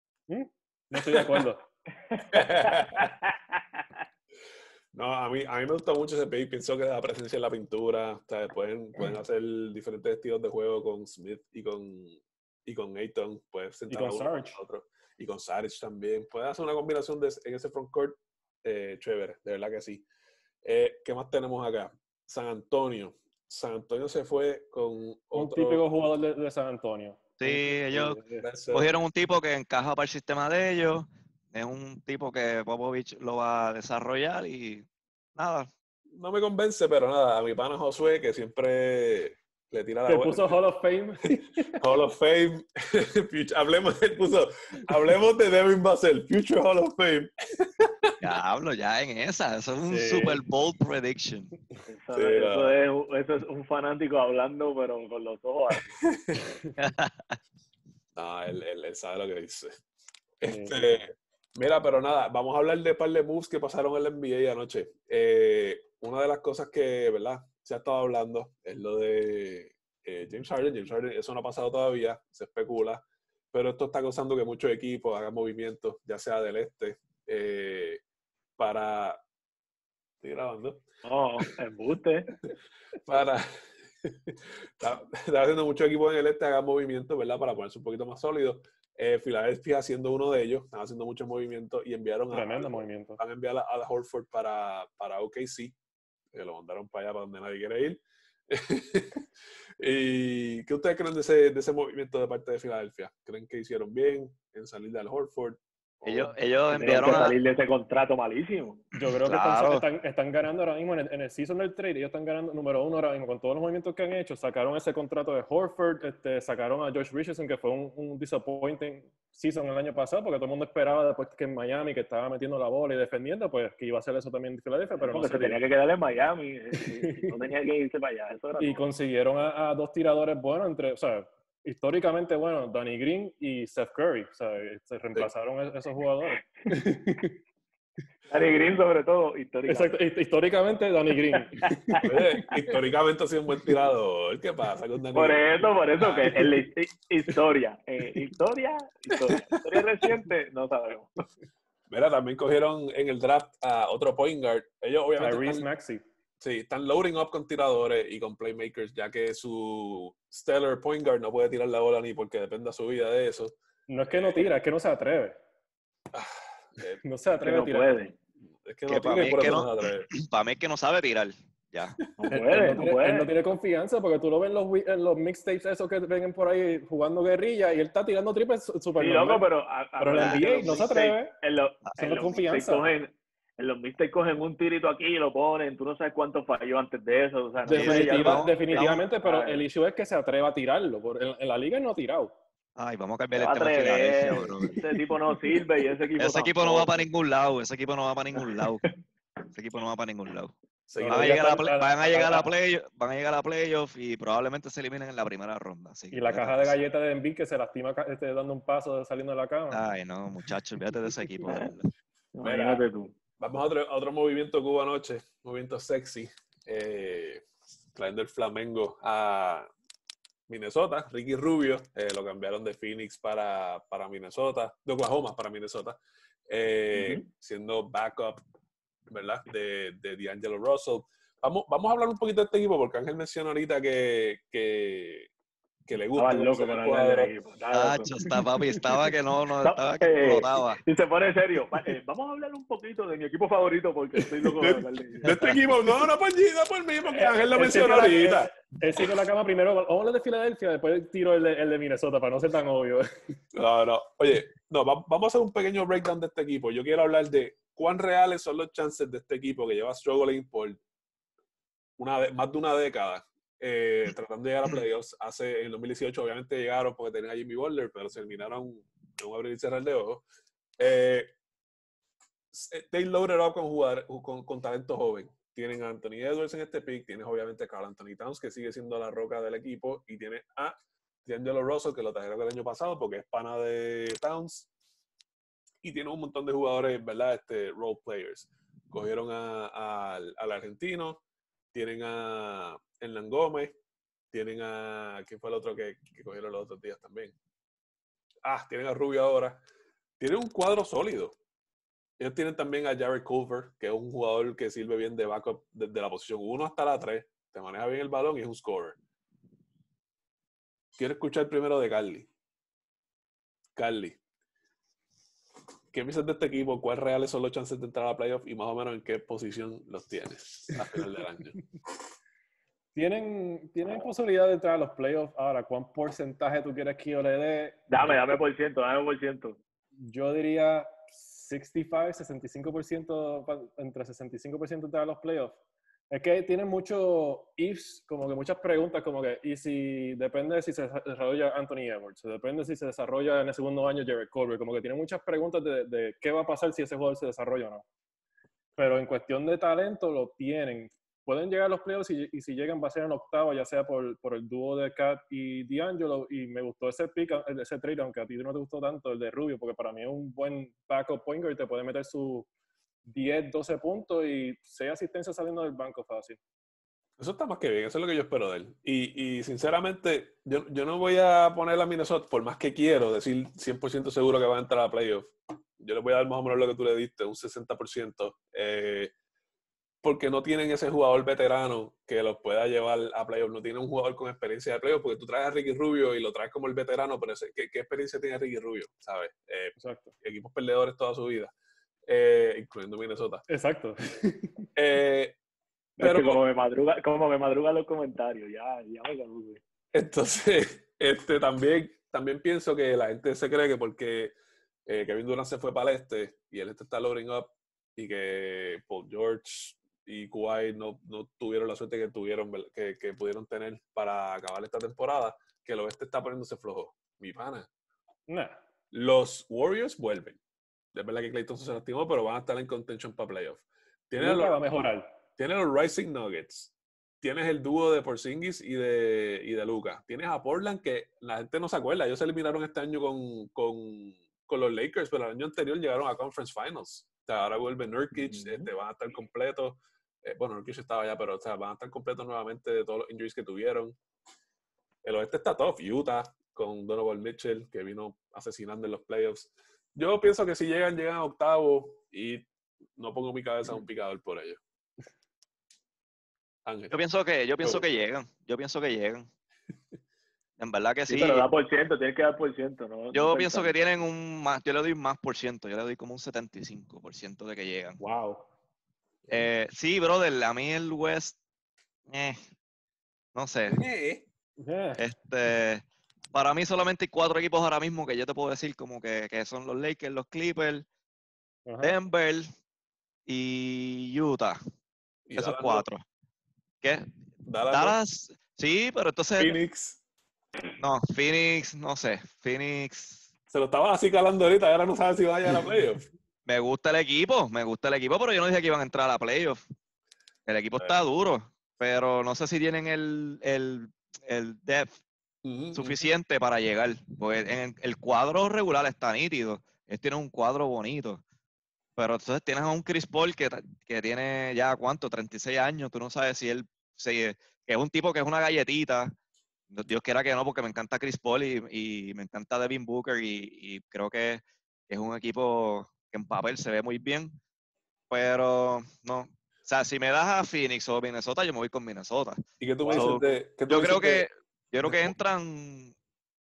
No estoy de acuerdo. no, a mí, a mí me gusta mucho ese pick. Pienso que la presencia en la pintura. O sea, pueden, pueden hacer diferentes estilos de juego con Smith y con, y con Ayton. Puedes sentar con a uno Sarge. contra otro. Y con Saric también. Puedes hacer una combinación de, en ese frontcourt eh, chévere. De verdad que sí. Eh, ¿Qué más tenemos acá? San Antonio. San Antonio se fue con Un otro... típico jugador de, de San Antonio. Sí, ellos Spencer. cogieron un tipo que encaja para el sistema de ellos. Es un tipo que Popovich lo va a desarrollar y nada. No me convence, pero nada, a mi pana Josué, que siempre le tira la Se vuelta. puso Hall of Fame. Hall of Fame. Future- hablemos, él puso, hablemos de Devin Vassell, Future Hall of Fame. Ya hablo ya en esa. Eso es un Sí. super bold prediction. Eso, Sí, eso no. es, un- eso es un fanático hablando, pero con los ojos así. No, él, él- él sabe lo que dice. Este, mira, pero nada, vamos a hablar de un par de moves que pasaron en la N B A anoche. Eh, una de las cosas que, ¿verdad? Se ha estado hablando es lo de eh, James Harden. James Harden, eso no ha pasado todavía, se especula, pero esto está causando que muchos equipos hagan movimientos, ya sea del este, eh, para... Estoy grabando. No, embuste. Para, está, está haciendo muchos equipos en el este hagan movimientos, ¿verdad? Para ponerse un poquito más sólidos. Eh, Filadelfia haciendo uno de ellos, están haciendo muchos movimientos y enviaron a... Tremendo movimiento. Van a enviar a, a la Horford para, para O K C, que lo mandaron para allá, para donde nadie quiere ir. ¿Y qué ustedes creen de ese, de ese movimiento de parte de Filadelfia? ¿Creen que hicieron bien en salir de Al Horford? Ellos, ellos Tienen enviaron que a... salir de ese contrato malísimo. Yo creo Claro. que están, están, están ganando ahora mismo en el, en el season del trade. Ellos están ganando número uno ahora mismo con todos los movimientos que han hecho. Sacaron ese contrato de Horford, este, sacaron a Josh Richardson, que fue un, un disappointing season el año pasado, porque todo el mundo esperaba después que en Miami, que estaba metiendo la bola y defendiendo, pues que iba a hacer eso también en Filadelfia, pero Porque no se se tenía que quedar en Miami. eh, y no tenía que irse para allá. Eso era Y todo. consiguieron a, a dos tiradores buenos, entre, o sea, históricamente buenos, Danny Green y Steph Curry. O sea, se reemplazaron sí. esos jugadores. Danny Green, sobre todo, históricamente. Exacto, históricamente Danny Green. Oye, históricamente ha sido un buen tirador. ¿Qué pasa con Danny Por Green? eso, por eso, que en la historia, eh, historia, historia, historia reciente, no sabemos. Mira, también cogieron en el draft a otro point guard. Ellos obviamente Tyrese están, Maxey. sí, están loading up con tiradores y con playmakers, ya que su stellar point guard no puede tirar la bola ni porque dependa su vida de eso. No es que no tira, es que no se atreve. Eh, No se atreve Que no a tirar. puede. es que Que no para tira mí y por es que eso no- no se atreve. Para mí es que no sabe tirar. Ya. No Él, puede, él no no tiene, puede. él no tiene confianza porque tú lo ves en los, wi- en los mixtapes esos que vengan por ahí jugando guerrilla y él está tirando triples súper Sí, normal. loco, pero... A, a, Pero en la acuérdate N B A que los no se mixtapes- atreve. En los, Eso en no es los confianza. mixtapes cogen, en los mixtapes cogen un tirito aquí y lo ponen. Tú no sabes cuánto falló antes de eso. O sea, no Sí, sé, Definitiva- ya- vamos- definitivamente, pero Ay. el issue es que se atreva a tirarlo. por- En, en la liga él no ha tirado. Ay, vamos a se cambiar va el a tema de Filadelfia, atrever. bro. Ese tipo no sirve y ese equipo Ese equipo no va tampoco. para ningún lado. Ese equipo no va para ningún lado. Ese equipo no va para ningún lado. Seguimos. Van a ya llegar a, está- play- van a llegar a- a playoff, van a llegar a playoff y probablemente se eliminen en la primera ronda. Así que Y la olvídate caja de de eso. galletas de Embiid que se lastima ca- este, dando un paso saliendo de la cama. Ay, no, muchachos, olvídate de ese equipo, de verdad. Imagínate tú. Vamos a otro, a otro movimiento que hubo anoche, movimiento sexy, eh, trayendo el Flamengo a Minnesota. Ricky Rubio eh, lo cambiaron de Phoenix para, para Minnesota, de Oklahoma para Minnesota, eh, Ujú. siendo backup, ¿verdad? De, de D'Angelo Russell. Vamos, vamos a hablar un poquito de este equipo porque Ángel menciona ahorita que, que, que le gusta. Estaba cómo loco se ve con el el cuadro. del equipo. Estaba loco. Tacho, está papi, estaba que no, no, No, estaba que eh, explotaba. Y se pone serio. Va- eh, vamos a hablar un poquito de mi equipo favorito porque estoy loco de hablar de De este equipo, no, no por mí, no por mí, porque Ángel lo Él mencionó sirve la- ahorita. él- Él sirve la cama primero. Vamos a hablar de Filadelfia, después tiro el de, el de Minnesota para no ser tan obvio. No, no. Oye, no, va- vamos a hacer un pequeño breakdown de este equipo. Yo quiero hablar de cuán reales son los chances de este equipo que lleva struggling por una de- más de una década, eh, tratando de llegar a playoffs. Hace, en dos mil dieciocho, obviamente llegaron porque tenían a Jimmy Butler, pero se terminaron en un abrir y cerrar de ojos. Eh, they loaded up con, jugar, con, con talento joven. Tienen a Anthony Edwards en este pick, tienes obviamente a Karl Anthony Towns, que sigue siendo la roca del equipo, y tienes a D'Angelo Russell, que lo trajeron el año pasado porque es pana de Towns, y tiene un montón de jugadores, ¿verdad? Este, role players. Cogieron a, a- al, al argentino, tienen a Hernán Gómez, tienen a, ¿quién fue el otro que, que cogieron los otros días también? Ah, tienen a Rubio ahora. Tienen un cuadro sólido. Ellos tienen también a Jared Culver, que es un jugador que sirve bien de backup desde la posición uno hasta la tres. Te maneja bien el balón y es un scorer. Quiero escuchar primero de Carly. Carly, ¿qué piensas de este equipo? ¿Cuáles reales son los chances de entrar a playoff y más o menos en qué posición los tienes a final del año? ¿Tienen, ¿Tienen posibilidad de entrar a los playoffs ahora? ¿Cuán porcentaje tú quieres que yo le dé? Dame, dame por ciento, dame por ciento. Yo diría sesenta y cinco, sesenta y cinco por ciento, pa- entre sesenta y cinco por ciento entrar a los playoffs. Es que tienen muchos ifs, como que muchas preguntas, como que, y si depende de si se desarrolla Anthony Edwards, depende si se desarrolla en el segundo año Jared Culver, como que tienen muchas preguntas de, de qué va a pasar si ese jugador se desarrolla o no. Pero en cuestión de talento lo tienen. Pueden llegar a los playoffs y, y si llegan va a ser en octava, ya sea por, por el dúo de Cat y D'Angelo, y me gustó ese pick, ese trade, aunque a ti no te gustó tanto, el de Rubio, porque para mí es un buen backup point guard y te puede meter sus diez, doce puntos y seis asistencias saliendo del banco fácil. Eso está más que bien, eso es lo que yo espero de él. Y, y sinceramente, yo, yo no voy a poner a Minnesota, por más que quiero decir cien por ciento seguro que va a entrar a playoff. Yo le voy a dar más o menos lo que tú le diste, un sesenta por ciento. Eh, porque no tienen ese jugador veterano que los pueda llevar a playoffs. No tienen un jugador con experiencia de playoffs, porque tú traes a Ricky Rubio y lo traes como el veterano, pero ese, ¿qué, ¿qué experiencia tiene Ricky Rubio? ¿Sabes? Eh, Exacto. Equipos perdedores toda su vida, eh, incluyendo Minnesota. Exacto. Eh, Es pero que como me madruga, como me madruga los comentarios, ya, ya me cansé. entonces, este, también, también pienso que la gente se cree que porque eh, Kevin Durant se fue para el este y el este está loading up y que Paul George y Kawhi no, no tuvieron la suerte que tuvieron, que, que pudieron tener para acabar esta temporada, que el oeste está poniéndose flojo. Mi pana. Nah. Los Warriors vuelven. Es verdad que Klay Thompson se lastimó, pero van a estar en contention para playoff. Tiene Nunca los, va a mejorar. tiene los Rising Nuggets. Tienes el dúo de Porzingis y de, y de Luka. Tienes a Portland, que la gente no se acuerda. Ellos se eliminaron este año con, con, con los Lakers, pero el año anterior llegaron a Conference Finals. O sea, ahora vuelve Nurkic, uh-huh. este, van a estar completos. Eh, bueno, Nurkic estaba allá, pero o sea, van a estar completos nuevamente de todos los injuries que tuvieron. El oeste está tough. Utah con Donovan Mitchell, que vino asesinando en los playoffs. Yo pienso que si llegan, llegan a octavo y no pongo mi cabeza a un picador por ello. Ángel. Yo pienso que, yo pienso que llegan. Yo pienso que llegan. En verdad que sí. Sí, pero da por ciento, tienes que dar por ciento. ¿no? Yo no pienso que tienen un más, yo le doy más por ciento, yo le doy como un setenta y cinco por ciento de que llegan. Wow. Eh, sí, brother, a mí el West, eh, no sé. Eh. Este, para mí solamente hay cuatro equipos ahora mismo que yo te puedo decir como que, que son los Lakers, los Clippers, uh-huh. Denver y Utah. ¿Y esos Dallas cuatro. No? ¿Qué? Dallas, Dallas no? Sí, pero entonces... Phoenix. No, Phoenix, no sé. Phoenix... Se lo estaba así calando ahorita, ahora no sabe si vaya a la playoff. Me gusta el equipo, me gusta el equipo, pero yo no dije que iban a entrar a la playoff. El equipo está duro, pero no sé si tienen el, el, el depth uh-huh, suficiente uh-huh. para llegar. Porque en el cuadro regular está nítido. Ellos tienen un cuadro bonito. Pero entonces tienes a un Chris Paul que, que tiene ya, ¿cuánto? treinta y seis años. Tú no sabes si él... Si, que es un tipo que es una galletita. Dios quiera que no, porque me encanta Chris Paul y, y me encanta Devin Booker y, y creo que es un equipo que en papel se ve muy bien. Pero no... O sea, si me das a Phoenix o Minnesota, yo me voy con Minnesota. ¿Y qué tú me dices de...? ¿qué tú yo me creo dices que de... yo creo que entran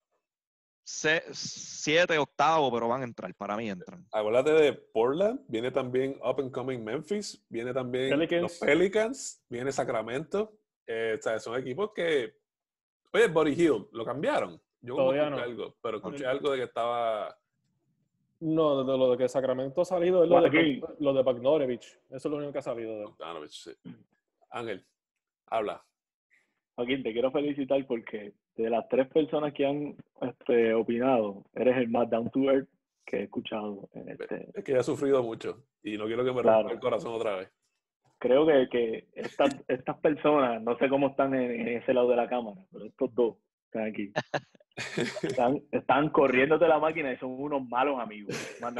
siete, octavo, pero van a entrar. Para mí entran. Acuérdate de Portland. Viene también Up and Coming Memphis. Viene también Pelicans. Los Pelicans. Viene Sacramento. Eh, o sea, son equipos que... Oye, Buddy Hield, ¿lo cambiaron? Yo como escuché no. algo, pero escuché no. algo de que estaba... No, de lo de que Sacramento ha salido es lo de, lo de Bogdanovich. Eso es lo único que ha salido de él. Bogdanovich, sí. Ángel, habla. Joaquín, te quiero felicitar porque de las tres personas que han este, opinado, eres el más down to earth que he escuchado. En este... Es que ya he sufrido mucho y no quiero que me rompa claro. el corazón otra vez. Creo que, que estas, estas personas, no sé cómo están en, en ese lado de la cámara, pero estos dos están aquí. Están, están corriéndote la máquina y son unos malos amigos.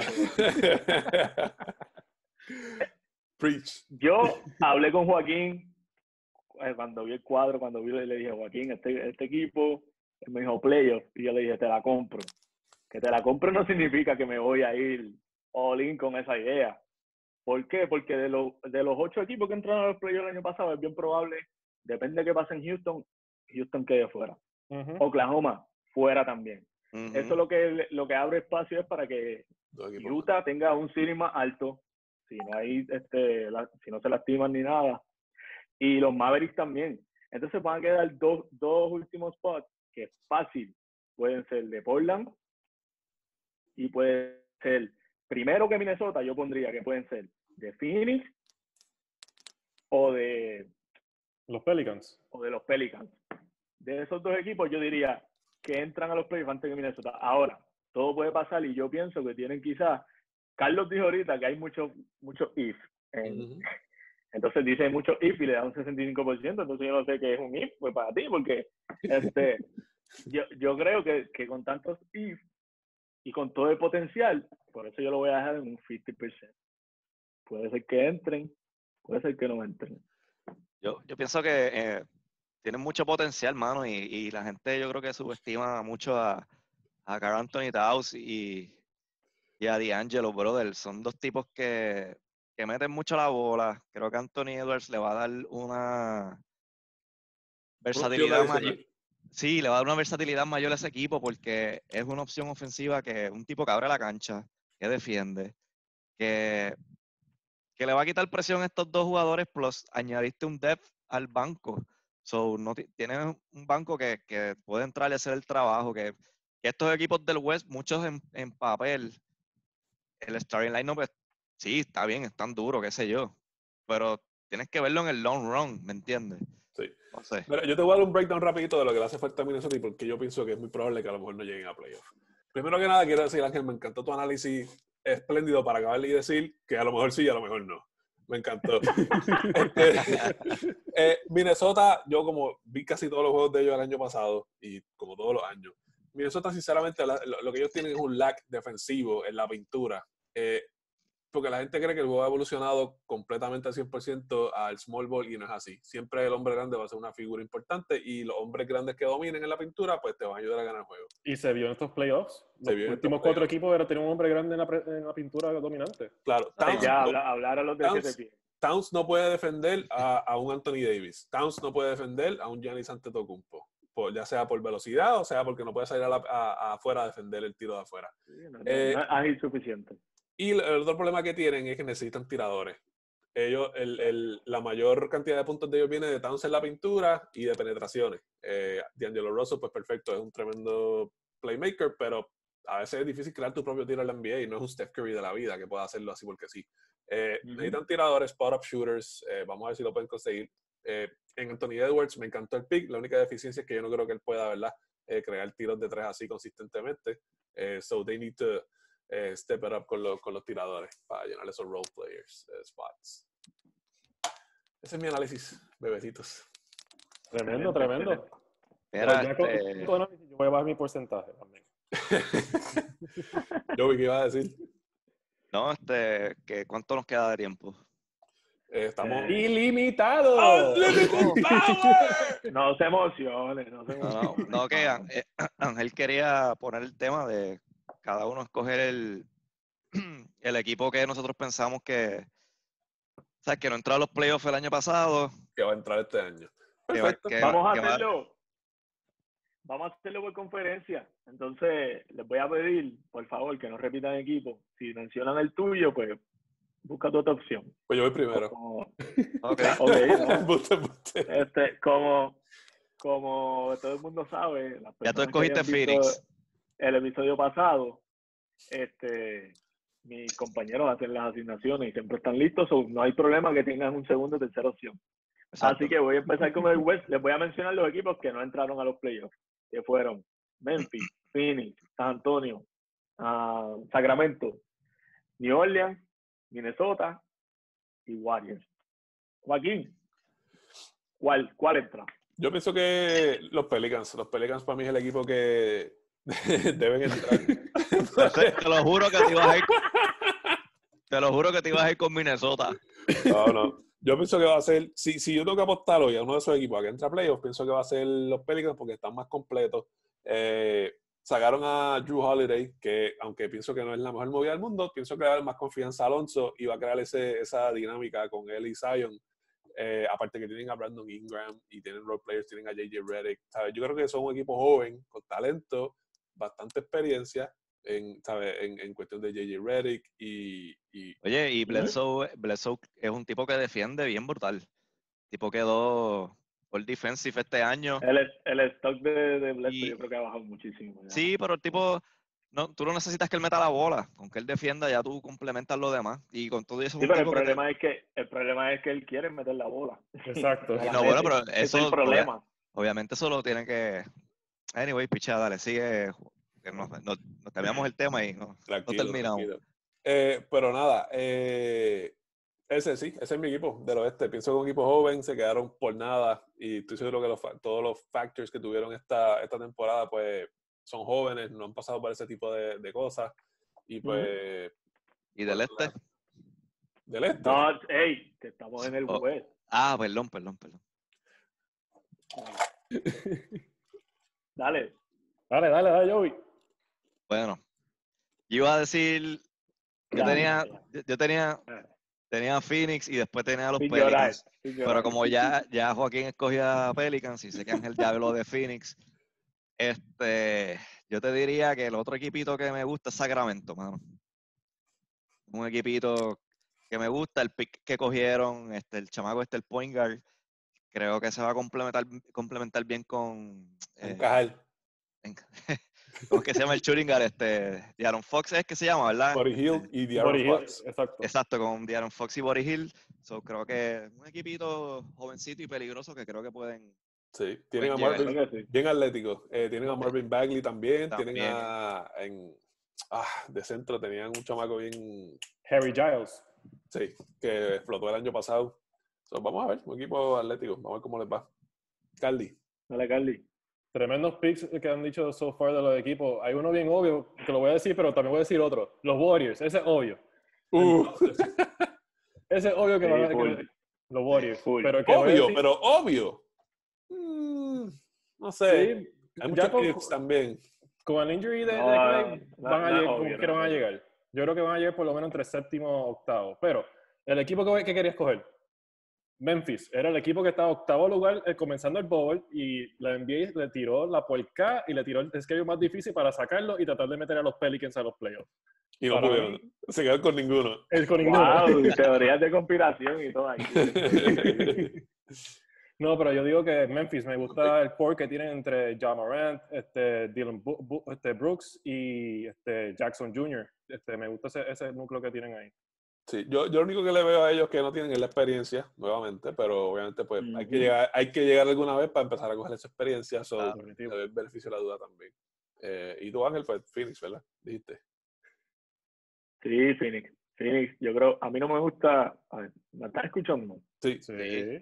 Preach. Yo hablé con Joaquín cuando vi el cuadro, cuando vi le dije, Joaquín, este, este equipo, él me dijo playoff, y yo le dije, te la compro. Que te la compro no significa que me voy a ir all in con esa idea. ¿Por qué? Porque de, lo, de los ocho equipos que entraron a los playoffs el año pasado, es bien probable, depende de qué pase en Houston, Houston quede fuera. Uh-huh. Oklahoma, fuera también. Uh-huh. Eso lo que, lo que abre espacio es para que Utah tenga un seeding más alto, si no, hay, este, la, si no se lastiman ni nada. Y los Mavericks también. Entonces van a quedar dos, dos últimos spots que fácil pueden ser de Portland y puede ser, primero que Minnesota, yo pondría que pueden ser de Phoenix o de los Pelicans. O de los Pelicans. De esos dos equipos yo diría que entran a los playoffs antes que Minnesota. Ahora, todo puede pasar y yo pienso que tienen quizás, Carlos dijo ahorita que hay muchos mucho if. En, uh-huh. Entonces dice mucho if y le da un sesenta y cinco por ciento, entonces yo no sé qué es un if pues para ti, porque este, yo, yo creo que, que con tantos if y con todo el potencial, por eso yo lo voy a dejar en un cincuenta por ciento. Puede ser que entren, puede ser que no entren. Yo, yo pienso que eh, tienen mucho potencial, mano, y, y la gente yo creo que subestima mucho a, a Karl Anthony Towns y, y a D'Angelo, brother. Son dos tipos que que meten mucho la bola. Creo que Anthony Edwards le va a dar una versatilidad mayor. Sí, le va a dar una versatilidad mayor a ese equipo porque es una opción ofensiva que un tipo que abre la cancha, que defiende, que, que le va a quitar presión a estos dos jugadores, plus añadiste un depth al banco. So, no tienes un banco que, que puede entrar y hacer el trabajo, que, que estos equipos del West, muchos en, en papel, el starting line, pues sí, está bien, es tan duro, qué sé yo, pero tienes que verlo en el long run, ¿me entiendes? Sí. No sé. Pero yo te voy a dar un breakdown rapidito de lo que le hace falta a Minnesota y porque yo pienso que es muy probable que a lo mejor no lleguen a playoffs. Primero que nada, quiero decir, Ángel, me encantó tu análisis espléndido para acabarle y decir que a lo mejor sí y a lo mejor no. Me encantó. este, eh, Minnesota, yo como vi casi todos los juegos de ellos el año pasado y como todos los años, Minnesota, sinceramente, la, lo, lo que ellos tienen es un lag defensivo en la pintura. Eh, porque la gente cree que el juego ha evolucionado completamente al cien por ciento al small ball y no es así. Siempre el hombre grande va a ser una figura importante y los hombres grandes que dominen en la pintura pues te van a ayudar a ganar el juego. Y se vio en estos playoffs. Se Los vio en últimos estos cuatro playoffs. equipos era tener un hombre grande en la, pre- en la pintura dominante. Claro, Towns, ya, no, habla, hablar a los de siete pies. Towns no puede defender a, a un Anthony Davis. Towns no puede defender a un Giannis Antetokounmpo. Por, ya sea por velocidad o sea porque no puede salir a la, a, a afuera a defender el tiro de afuera. Sí, no, eh, no, no es ágil suficiente. Y el, el otro problema que tienen es que necesitan tiradores. Ellos, el, el, la mayor cantidad de puntos de ellos viene de Towns en la pintura y de penetraciones. Eh, D'Angelo Russell, pues perfecto, es un tremendo playmaker, pero a veces es difícil crear tu propio tiro en la N B A y no es un Steph Curry de la vida que pueda hacerlo así porque sí. Eh, uh-huh. Necesitan tiradores, spot-up shooters, eh, vamos a ver si lo pueden conseguir. Eh, en Anthony Edwards me encantó el pick, la única deficiencia es que yo no creo que él pueda, ¿verdad? Eh, crear tiros de tres así consistentemente. Eh, so they need to Eh, step it up con, lo, con los tiradores para llenar esos role players eh, spots. Ese es mi análisis, bebecitos. Tremendo, tremendo. Era ya con, este... con análisis, yo voy a bajar mi porcentaje también. Yo vi que iba a decir. No, este, que ¿cuánto nos queda de tiempo? Eh, estamos eh, ¡ilimitado! ¡Unlimited power! No se emocione, no se emocione. No, no, no que eh, Ángel quería poner el tema de cada uno escoger el, el equipo que nosotros pensamos que, o sea, que no entró a los playoffs el año pasado. Que va a entrar este año. Que va, que vamos va, a que hacerlo. Va... Vamos a hacerlo por conferencia. Entonces, les voy a pedir, por favor, que no repitan equipo. Si mencionan el tuyo, pues busca tu otra opción. Pues yo voy primero. Como, okay. okay, ¿no? buste, buste. Este, como, como todo el mundo sabe, las ya tú escogiste Phoenix. El episodio pasado, este, mis compañeros hacen las asignaciones y siempre están listos, so no hay problema que tengan un segundo o tercera opción. Exacto. Así que voy a empezar con el West. Les voy a mencionar los equipos que no entraron a los playoffs, que fueron Memphis, Phoenix, San Antonio, uh, Sacramento, New Orleans, Minnesota y Warriors. Joaquín, ¿cuál, cuál entra? Yo pienso que los Pelicans. Los Pelicans para mí es el equipo que deben entrar. Te lo juro que te ibas a ir. Te lo juro que te ibas a ir con Minnesota. No, no. Yo pienso que va a ser, si, si yo tengo que apostar hoy a uno de esos equipos a que entra a playoffs, pienso que va a ser los Pelicans porque están más completos. Eh, sacaron a Jrue Holiday, que aunque pienso que no es la mejor movida del mundo, pienso que va a dar más confianza a Alonso y va a crear ese, esa dinámica con él y Zion. Eh, aparte que tienen a Brandon Ingram y tienen role players, tienen a J J Redick. ¿Sabes? Yo creo que son un equipo joven, con talento, bastante experiencia en, ¿sabes? En, en cuestión de J J Redick y, y... Oye, y Bledsoe, Bledsoe es un tipo que defiende bien brutal. Tipo quedó all defensive este año. El, el stock de, de Bledsoe y, yo creo que ha bajado muchísimo. Ya. Sí, pero el tipo... No, tú no necesitas que él meta la bola, aunque él defienda, ya tú complementas lo demás. Y con todo eso sí, pero el problema, te... es que, el problema es que él quiere meter la bola. Exacto. no, bueno, pero eso es el problema. Obvia, obviamente eso lo tiene que... Anyway, pichada, dale, sigue. Nos, nos, nos cambiamos el tema y no, tranquilo, no terminamos. Eh, pero nada, eh, ese sí, ese es mi equipo del oeste. Pienso que un equipo joven, se quedaron por nada y estoy seguro que los, todos los factors que tuvieron esta, esta temporada, pues... son jóvenes, no han pasado por ese tipo de, de cosas. Y pues... ¿Y del este? ¿Del este? No, hey, que estamos en el oh. West. Ah, perdón, perdón, perdón. Dale. Dale, dale, dale, Joey. Bueno, yo iba a decir... Yo dale, tenía... dale. Yo, yo tenía... tenía a Phoenix y después tenía a los Sin llorar, Pelicans. sin llorar. Pero como ya, ya Joaquín escogió a Pelicans y sé que Ángel ya habló de Phoenix, este, yo te diría que el otro equipito que me gusta es Sacramento, mano. Un equipito que me gusta, el pick que cogieron, este, el chamaco este, el point guard, creo que se va a complementar, complementar bien con... eh, Encajar. en- ¿Cómo es que se llama el shooting guard? Este, De'Aaron Fox es que se llama, ¿verdad? Buddy Hill Este, y De'Aaron Buddy Hill, Fox. exacto. exacto, con De'Aaron Fox y Buddy Hill. So, creo que un equipito jovencito y peligroso que creo que pueden... Sí, tienen a Pueden llegar. Marvin, Creo que sí. bien atlético. Eh, tienen a Marvin Bagley también. También. Tienen a. En, ah, de centro tenían un chamaco bien. Harry Giles. Sí, que explotó el año pasado. So, vamos a ver, un equipo atlético. Vamos a ver cómo les va. Carly. Dale, Carly. Tremendos picks que han dicho so far de los equipos. Hay uno bien obvio, que lo voy a decir, pero también voy a decir otro. Los Warriors, ese es obvio. Uh, Ese es obvio que Sí, van a... full. que- los Warriors. Full. Pero el que voy a obvio, decir- pero obvio. Mm, no sé. Sí, Hay ya muchos con- ifs también. Con el injury de, de No, Clay, no, van a no, llegar, obvio, como que no, van a obvio. llegar. Yo creo que van a llegar por lo menos entre séptimo o octavo. Pero el equipo que, que quería escoger, Memphis, era el equipo que estaba octavo lugar eh, comenzando el bowl y la N B A le tiró la puerca y le tiró el schedule más difícil para sacarlo y tratar de meter a los Pelicans a los playoffs. Y no Para pudieron. mí- Se quedaron con ninguno. El con ninguno. Wow, teorías de conspiración y todo ahí. No, pero yo digo que Memphis, me gusta el core que tienen entre Ja Morant, este, Dylan Bu- Bu- este, Brooks y este, Jackson junior Este, me gusta ese, ese núcleo que tienen ahí. Sí, yo, yo lo único que le veo a ellos que no tienen es la experiencia, nuevamente, pero obviamente pues hay, que Ujú. llegar, hay que llegar alguna vez para empezar a coger esa experiencia, so, Claro. Definitivo. le doy el beneficio de la duda también. Eh, y tú, Ángel, pues Phoenix, ¿verdad? Dijiste. Sí, Phoenix. Phoenix, yo creo, a mí no me gusta. A ver, ¿me estás escuchando? Sí. Sí. Sí.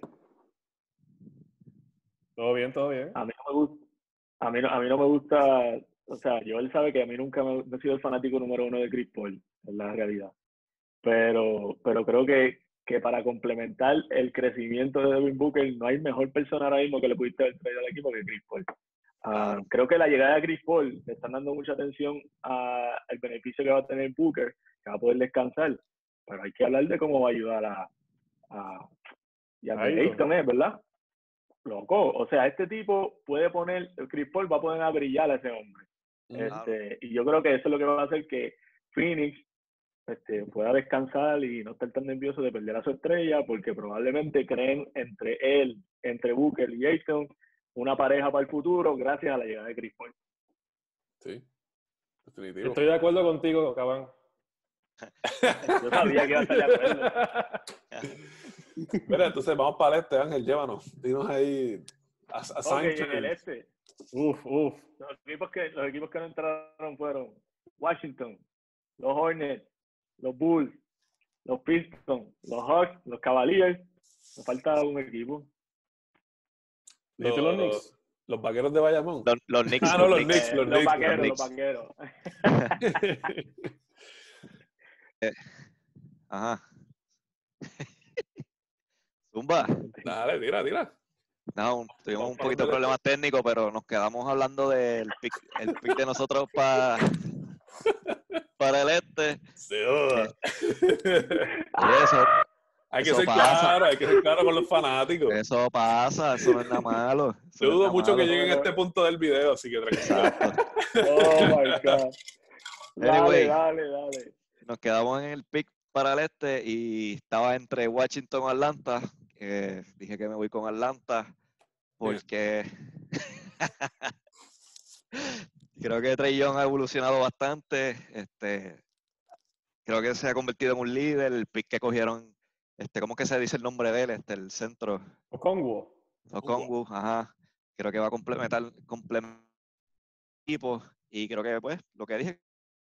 Todo bien, todo bien. A mí no me gusta. A mí no, a mí no me gusta. O sea, yo él sabe que a mí nunca me, no he sido el fanático número uno de Chris Paul, es la realidad. Pero, pero creo que, que para complementar el crecimiento de Devin Booker, no hay mejor persona ahora mismo que le pudiste haber traído al equipo que Chris Paul. Ah, Claro. creo que la llegada de Chris Paul le están dando mucha atención a- al beneficio que va a tener Booker, que va a poder descansar, pero hay que hablar de cómo va a ayudar a, a, y a Ayton. Ayton, ¿eh? ¿Verdad? Loco, o sea, este tipo puede poner, Chris Paul va a poner a brillar a ese hombre. Claro. Este, y yo creo que eso es lo que va a hacer que Phoenix este, pueda descansar y no estar tan nervioso de perder a su estrella, porque probablemente creen entre él, entre Booker y Ayton, una pareja para el futuro gracias a la llegada de Chris Paul. Sí. Definitivo. Estoy de acuerdo contigo, Cabán. Yo sabía que iba a estar de acuerdo. Mira, entonces vamos para el este, Ángel, llévanos. Dinos ahí. A, a Ok, en el este, Uf, uf. los equipos, que, los equipos que no entraron fueron Washington, los Hornets, los Bulls, los Pistons, los Hawks, los Cavaliers. Me falta un equipo. ¿Dijiste los Knicks? Los vaqueros de Bayamón. Los, los Knicks. Ah, no, los Knicks. Knicks, los los Knicks, vaqueros, los los Knicks. vaqueros. Ajá. Zumba. Dale, tira, tira. No, un- tuvimos Vamos un para poquito de el problemas técnicos, pero nos quedamos hablando del pick, el pick de nosotros para para el este. Se joda. Y eso, Hay que Eso ser pasa. claro, hay que ser claro con los fanáticos. eso pasa, eso no es nada malo. eso Yo no es dudo nada mucho que malo. lleguen a este punto del video, así que tranquilo. Exacto. Oh my God. Dale, Anyway. dale, dale. Nos quedamos en el pick para el este y estaba entre Washington o Atlanta. Eh, dije que me voy con Atlanta porque creo que Trae Young ha evolucionado bastante. Este, creo que se ha convertido en un líder. El pick que cogieron, este, ¿cómo es que se dice el nombre de él? Este, el centro, Okongwu. Okongwu, ajá. Creo que va a complementar, complementar el equipo y creo que pues lo que dije.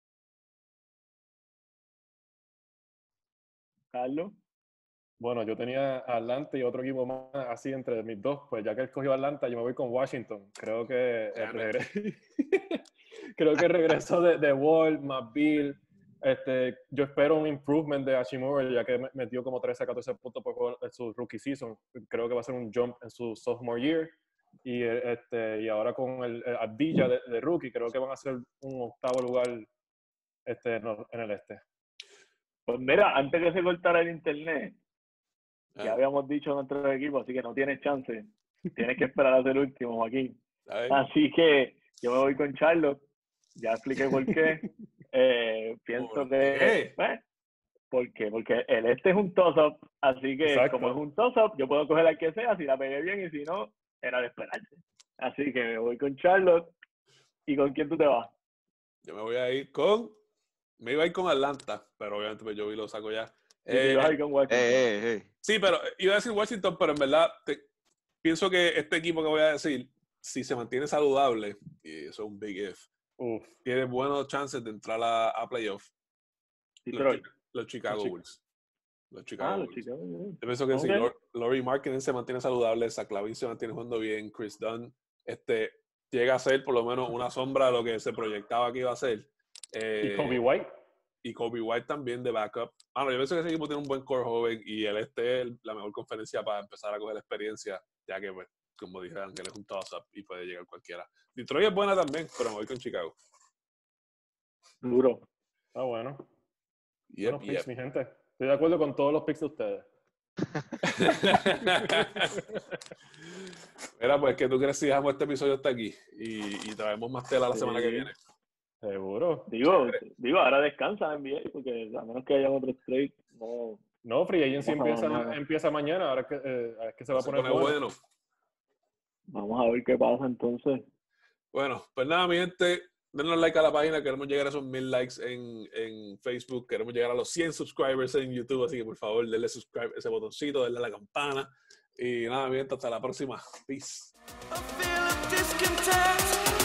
Carlos. Bueno, yo tenía a Atlanta y otro equipo más así entre mis dos. Pues ya que él escogió Atlanta, yo me voy con Washington. Creo que el regre- creo que el regreso de, de Wall, más Bill. Este, yo espero un improvement de Hachimura, ya que me- metió como trece a catorce puntos por juego en su rookie season. Creo que va a ser un jump en su sophomore year. Y, eh, este, y ahora con el, el Abdilla de, de rookie, creo que van a ser un octavo lugar este, no, en el este. Pues mira, antes que se cortara el internet, Ah, ya habíamos dicho nuestro equipo, así que no tienes chance. Tienes que esperar a ser el último, Joaquín. ¿sabes? Así que yo me voy con Charlotte. Ya expliqué por qué. Eh, pienso ¿Por que... qué? Pues, ¿por qué? Porque el este es un toss-up, así que Exacto. como es un toss-up, yo puedo coger al que sea, si la pegué bien y si no, era de esperarse. Así que me voy con Charlotte. ¿Y con quién tú te vas? Yo me voy a ir con... Me iba a ir con Atlanta, pero obviamente pues, yo vi lo saco ya. Y te Eh, vas a ir con Washington. Eh, eh, eh. sí, pero iba a decir Washington, pero en verdad te- pienso que este equipo que voy a decir, si se mantiene saludable, y eso es un big if, Uf. tiene buenos chances de entrar a, a playoff. Los, Detroit. Chi- los Chicago Los Chi- Bulls. Los Chicago Ah, los Bulls. chicos. Yo pienso que Ok. si Lor- Laurie Markkinen se mantiene saludable, Zach LaVine se mantiene jugando bien, Chris Dunn este, llega a ser por lo menos una sombra de lo que se proyectaba que iba a ser. Eh, Y Kobe White. y Kobe White también de backup. Bueno, yo pienso que ese equipo tiene un buen core joven y el este es la mejor conferencia para empezar a coger experiencia, ya que, pues, como dije, Ángel es un toss-up y puede llegar cualquiera. Detroit es buena también, pero me voy con Chicago. Duro. Ah, bueno. Yep, Buenos picks, yep. mi gente. Estoy de acuerdo con todos los picks de ustedes. Mira, pues, ¿qué tú crees si dejamos este episodio hasta aquí? Y, y traemos más tela la semana que Sí. viene. Seguro. Digo, digo, ahora descansa N B A, porque a menos que haya otro trade, no. No, Free Agency No pasa empieza, nada. empieza mañana. Ahora es que, eh, es que se va a Se poner pone bueno. bueno. Vamos a ver qué pasa entonces. Bueno, pues nada, mi gente, denos like a la página, queremos llegar a esos mil likes en, en Facebook, queremos llegar a los cien subscribers en YouTube, así que por favor, denle subscribe, ese botoncito, denle a la campana. Y nada, mi gente, hasta la próxima. Peace. A feel of discontent.